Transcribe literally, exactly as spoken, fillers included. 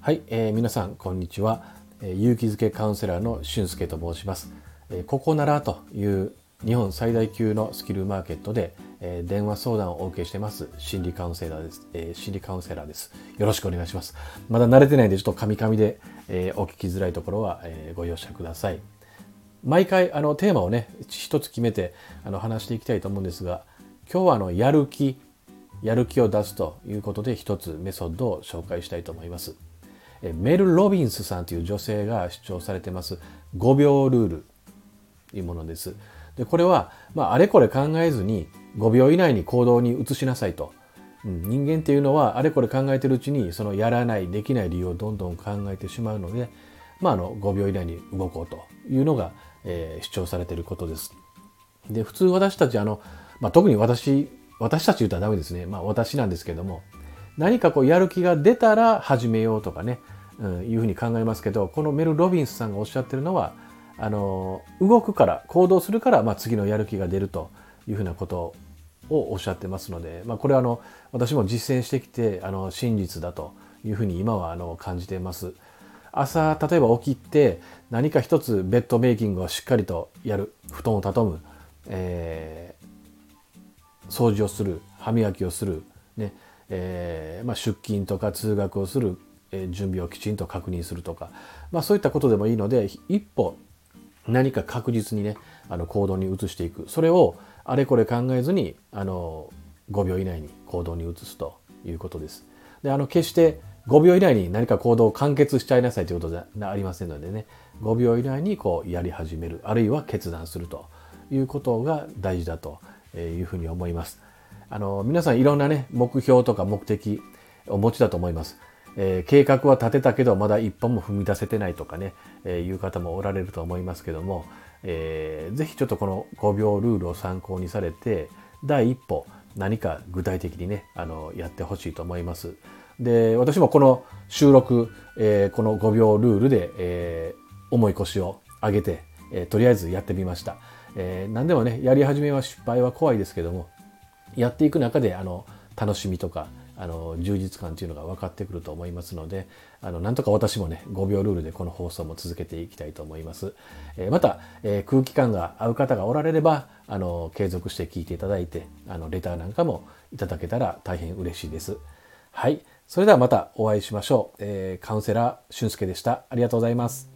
はい、えー、皆さんこんにちは、えー、勇気づけカウンセラーの俊介と申します。えー、ここならという日本最大級のスキルマーケットで、えー、電話相談をお受けしてます心理カウンセラーです、えー、心理カウンセラーです。よろしくお願いします。まだ慣れてないんでちょっとカミカミで、えー、お聞きづらいところは、えー、ご容赦ください。毎回あのテーマをね一つ決めてあの話していきたいと思うんですが、今日はあのやる気やる気を出すということで一つメソッドを紹介したいと思います。メル・ロビンスさんという女性が主張されてますごびょうルールというものです。でこれは、まあ、あれこれ考えずにごびょう以内に行動に移しなさいと、うん、人間っていうのはあれこれ考えてるうちにそのやらないできない理由をどんどん考えてしまうので、まあ、あのごびょう以内に動こうというのが、えー、主張されていることです。で普通私たちあの、まあ、特に私私たち言ったらダメですね、まあ、私なんですけども、何かこうやる気が出たら始めようとかね、うん、いうふうに考えますけど、このメル・ロビンスさんがおっしゃってるのはあの動くから行動するから、まあ、次のやる気が出るというふうなことをおっしゃってますので、まあ、これはあの私も実践してきてあの真実だというふうに今はあの感じています。朝例えば起きて何か一つベッドメイキングをしっかりとやる、布団を畳む、えー、掃除をする、歯磨きをする、ねえーまあ、出勤とか通学をする、えー、準備をきちんと確認するとか、まあ、そういったことでもいいので、一歩何か確実にねあの行動に移していく、それをあれこれ考えずにあのごびょう以内に行動に移すということです。であの決してごびょう以内に何か行動を完結しちゃいなさいということじゃありませんのでね、ごびょう以内にこうやり始める、あるいは決断するということが大事だというふうに思います。あの皆さんいろんなね目標とか目的をお持ちだと思います。えー、計画は立てたけどまだ一歩も踏み出せてないとかね、えー、いう方もおられると思いますけども、えー、ぜひちょっとこのごびょうルールを参考にされて第一歩何か具体的にねあのやってほしいと思います。で私もこの収録、えー、このごびょうルールで、えー、重い腰を上げて、えー、とりあえずやってみました。えー、何でもねやり始めは失敗は怖いですけども、やっていく中であの楽しみとかあの充実感というのが分かってくると思いますので、あのなんとか私もねごびょうルールでこの放送も続けていきたいと思います。えー、また、えー、空気感が合う方がおられればあの継続して聞いていただいて、あのレターなんかもいただけたら大変嬉しいです。はい、それではまたお会いしましょう。えー、カウンセラー俊介でした。ありがとうございます。